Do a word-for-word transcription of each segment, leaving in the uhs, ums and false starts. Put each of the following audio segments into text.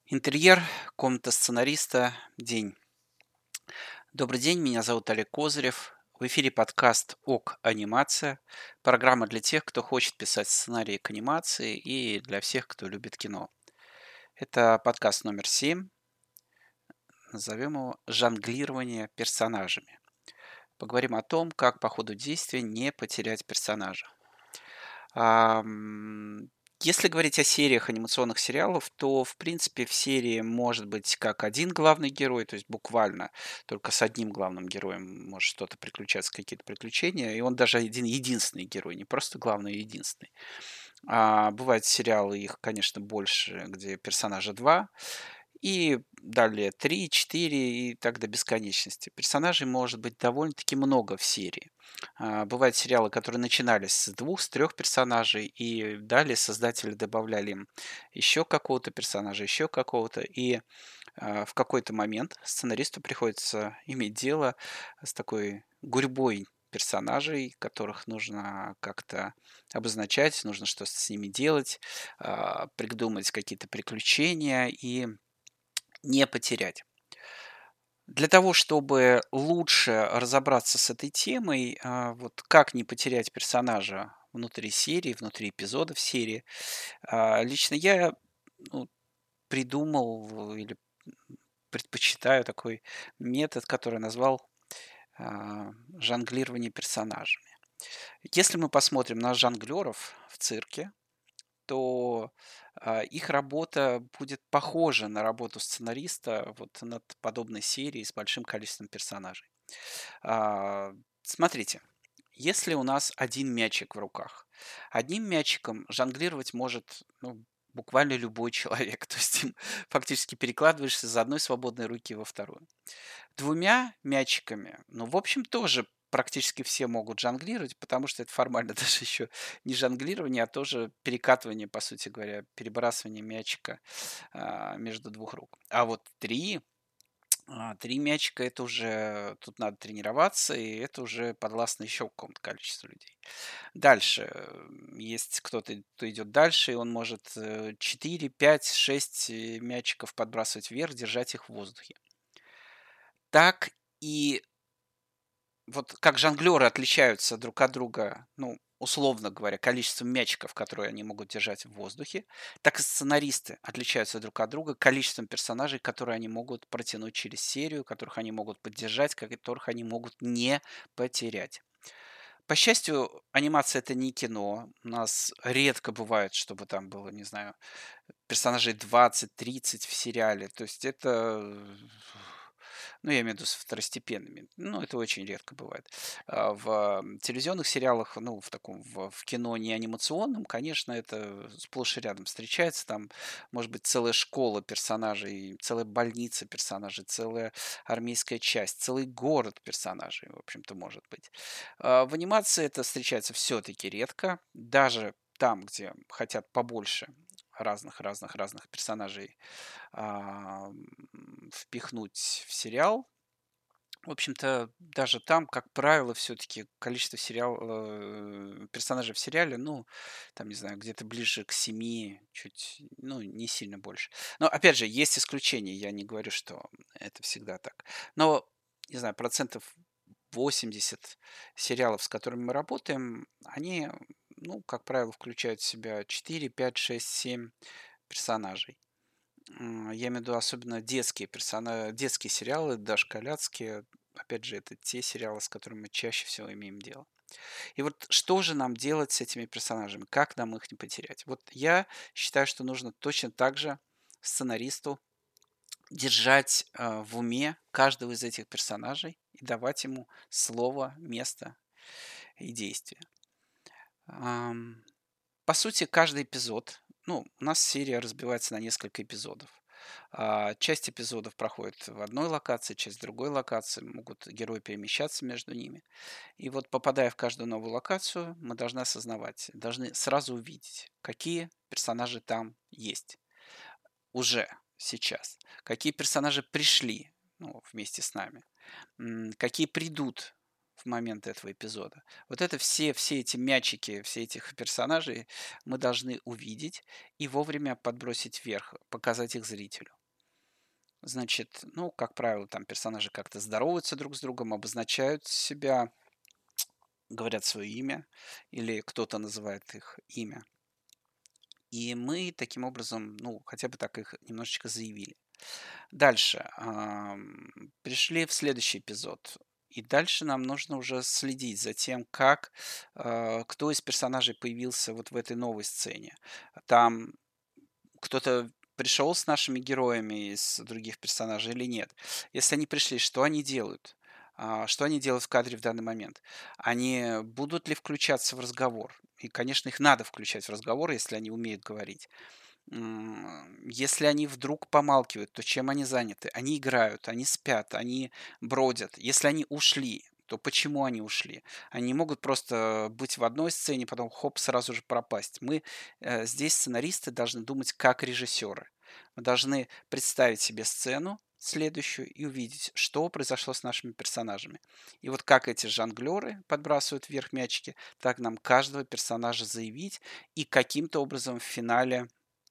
Интерьер, комната сценариста, день. Добрый день, меня зовут Олег Козырев. В эфире подкаст ОК Анимация. Программа для тех, кто хочет писать сценарии к анимации и для всех, кто любит кино. Это подкаст номер семь. Назовем его «Жонглирование персонажами». Поговорим о том, как по ходу действия не потерять персонажа. Ам, Если говорить о сериях анимационных сериалов, то, в принципе, в серии может быть как один главный герой, то есть буквально только с одним главным героем может что-то приключаться, какие-то приключения, и он даже один единственный герой, не просто главный, а единственный. А бывают сериалы, их, конечно, больше, где персонажа два, и далее три, четыре и так до бесконечности. Персонажей может быть довольно-таки много в серии. А, Бывают сериалы, которые начинались с двух, с трех персонажей, и далее создатели добавляли им еще какого-то персонажа, еще какого-то. И а, в какой-то момент сценаристу приходится иметь дело с такой гурьбой персонажей, которых нужно как-то обозначать, нужно что-то с ними делать, а, придумать какие-то приключения и не потерять. Для того, чтобы лучше разобраться с этой темой, а, вот как не потерять персонажа внутри серии, внутри эпизодов серии, а, лично я, ну, придумал или предпочитаю такой метод, который назвал а, жонглирование персонажами. Если мы посмотрим на жонглеров в цирке, то а, их работа будет похожа на работу сценариста вот над подобной серией с большим количеством персонажей. А, Смотрите, если у нас один мячик в руках, одним мячиком жонглировать может, ну, буквально любой человек. То есть им фактически перекладываешься из одной свободной руки во вторую. Двумя мячиками, ну, в общем, тоже практически все могут жонглировать, потому что это формально даже еще не жонглирование, а тоже перекатывание, по сути говоря, перебрасывание мячика а, между двух рук. А вот три, а, три мячика — это уже тут надо тренироваться, и это уже подвластно еще какому-то количеству людей. Дальше, м, есть кто-то, кто идет дальше, и он может э, четыре, пять, шесть э, мячиков подбрасывать вверх, держать их в воздухе. Так и вот как жонглеры отличаются друг от друга, ну, условно говоря, количеством мячиков, которые они могут держать в воздухе, так и сценаристы отличаются друг от друга количеством персонажей, которые они могут протянуть через серию, которых они могут поддержать, которых они могут не потерять. По счастью, анимация — это не кино. У нас редко бывает, чтобы там было, не знаю, персонажей двадцать тридцать в сериале. То есть это, э, ну, я имею в виду с второстепенными. Ну, это очень редко бывает. А в, ам, телевизионных сериалах, ну, в таком, в в кино не анимационном, конечно, это сплошь и рядом встречается. Там может быть целая школа персонажей, целая больница персонажей, целая армейская часть, целый город персонажей, в общем-то, может быть. А, в анимации это встречается все-таки редко. Даже там, где хотят побольше разных разных разных персонажей ам, впихнуть в сериал. В общем-то, даже там, как правило, все-таки количество сериал, э, персонажей в сериале, ну, там, не знаю, где-то ближе к семи, чуть, ну, не сильно больше. Но, опять же, есть исключения, я не говорю, что это всегда так. Но, не знаю, процентов восемьдесят сериалов, с которыми мы работаем, они, ну, как правило, включают в себя четыре, пять, шесть, семь персонажей. М, я имею в виду особенно детские персона детские сериалы, дошколяцкие. Опять же, это те сериалы, с которыми мы чаще всего имеем дело. И вот что же нам делать с этими персонажами? Как нам их не потерять? Вот я считаю, что нужно точно так же сценаристу держать, а, в уме каждого из этих персонажей и давать ему слово, место и действие. Ам, по сути, каждый эпизод, ну, у нас серия разбивается на несколько эпизодов. А, часть эпизодов проходит в одной локации, часть в другой локации, могут герои перемещаться между ними. И вот попадая в каждую новую локацию, мы должны осознавать, должны сразу увидеть, какие персонажи там есть уже сейчас, какие персонажи пришли, ну, вместе с нами, м, какие придут в момент этого эпизода. Вот это все, все эти мячики, все этих персонажей мы должны увидеть и вовремя подбросить вверх, показать их зрителю. Значит, ну, как правило, там персонажи как-то здороваются друг с другом, обозначают себя, говорят свое имя, или кто-то называет их имя. И мы таким образом, ну, хотя бы так их немножечко заявили. Дальше, ам, пришли в следующий эпизод. И дальше нам нужно уже следить за тем, как, а, кто из персонажей появился вот в этой новой сцене. Там кто-то пришел с нашими героями из других персонажей или нет? Если они пришли, что они делают? А, Что они делают в кадре в данный момент? Они будут ли включаться в разговор? И, конечно, их надо включать в разговор, если они умеют говорить. М, Если они вдруг помалкивают, то чем они заняты? Они играют, они спят, они бродят. Если они ушли, то почему они ушли? Они не могут просто быть в одной сцене, потом хоп, сразу же пропасть. Мы э, здесь, сценаристы, должны думать как режиссеры. Мы должны представить себе сцену следующую и увидеть, что произошло с нашими персонажами. И вот как эти жонглеры подбрасывают вверх мячики, так нам каждого персонажа заявить и каким-то образом в финале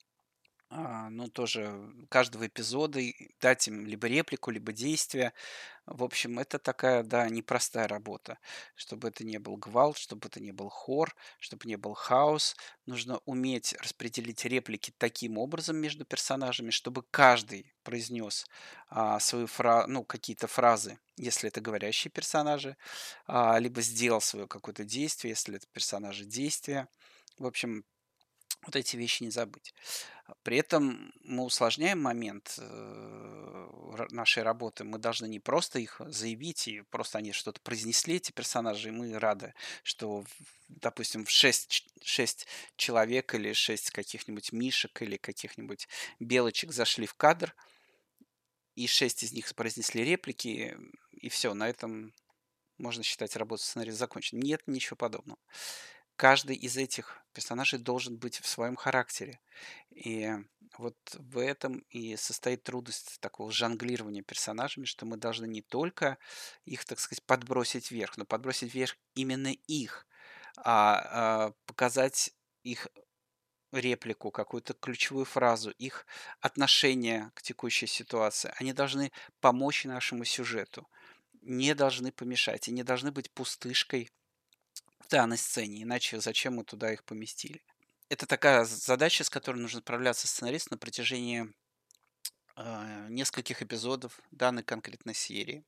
а, ну, тоже каждого эпизода и дать им либо реплику, либо действие. В общем, это такая, да, непростая работа. Чтобы это не был гвалт, чтобы это не был хор, чтобы не был хаос. Нужно уметь распределить реплики таким образом между персонажами, чтобы каждый произнес а, свою фра... ну, какие-то фразы, если это говорящие персонажи, а, либо сделал свое какое-то действие, если это персонажи действия. В общем, вот эти вещи не забыть. А, При этом мы усложняем момент э, ра- нашей работы. Мы должны не просто их заявить, и просто они что-то произнесли, эти персонажи, и мы рады, что, в- допустим, в шесть, шесть человек или шесть каких-нибудь мишек или каких-нибудь белочек зашли в кадр, и шесть из них произнесли реплики, и все, на этом можно считать работу сценариста законченной. Нет, ничего подобного. Каждый из этих персонажей должен быть в своем характере. И вот в этом и состоит трудность такого жонглирования персонажами, что мы должны не только их, так сказать, подбросить вверх, но подбросить вверх именно их, а, а, показать их реплику, какую-то ключевую фразу, их отношение к текущей ситуации. Они должны помочь нашему сюжету, не должны помешать и не должны быть пустышкой в данной сцене, иначе зачем мы туда их поместили? Это такая задача, с которой нужно справляться сценаристу на протяжении а, нескольких эпизодов данной конкретной серии.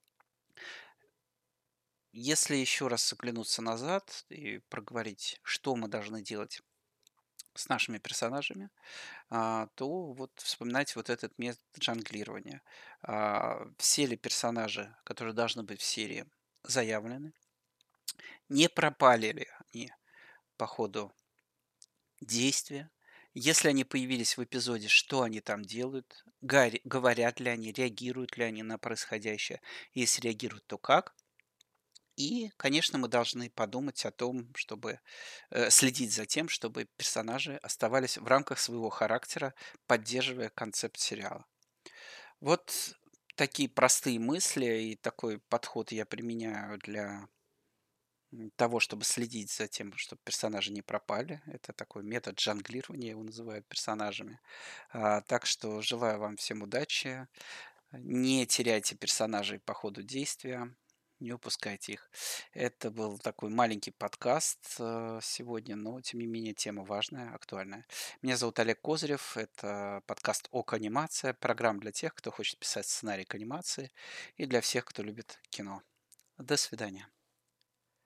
Если еще раз оглянуться назад и проговорить, что мы должны делать с нашими персонажами, а, то вот вспоминать вот этот метод жонглирования. А, Все ли персонажи, которые должны быть в серии, заявлены? Не пропали ли они по ходу действия? Если они появились в эпизоде, что они там делают? Гари- говорят ли они, реагируют ли они на происходящее? Если реагируют, то как? И, конечно, мы должны подумать о том, чтобы э, следить за тем, чтобы персонажи оставались в рамках своего характера, поддерживая концепт сериала. Вот такие простые мысли и такой подход я применяю для м, того, чтобы следить за тем, чтобы персонажи не пропали. Это такой метод жонглирования, его называют персонажами. А, так что желаю вам всем удачи. Не теряйте персонажей по ходу действия, не упускайте их. Это был такой маленький подкаст э, сегодня, но тем не менее тема важная, актуальная. Меня зовут Олег Козырев, это подкаст ОК Анимация, программа для тех, кто хочет писать сценарий к анимации и для всех, кто любит кино. До свидания.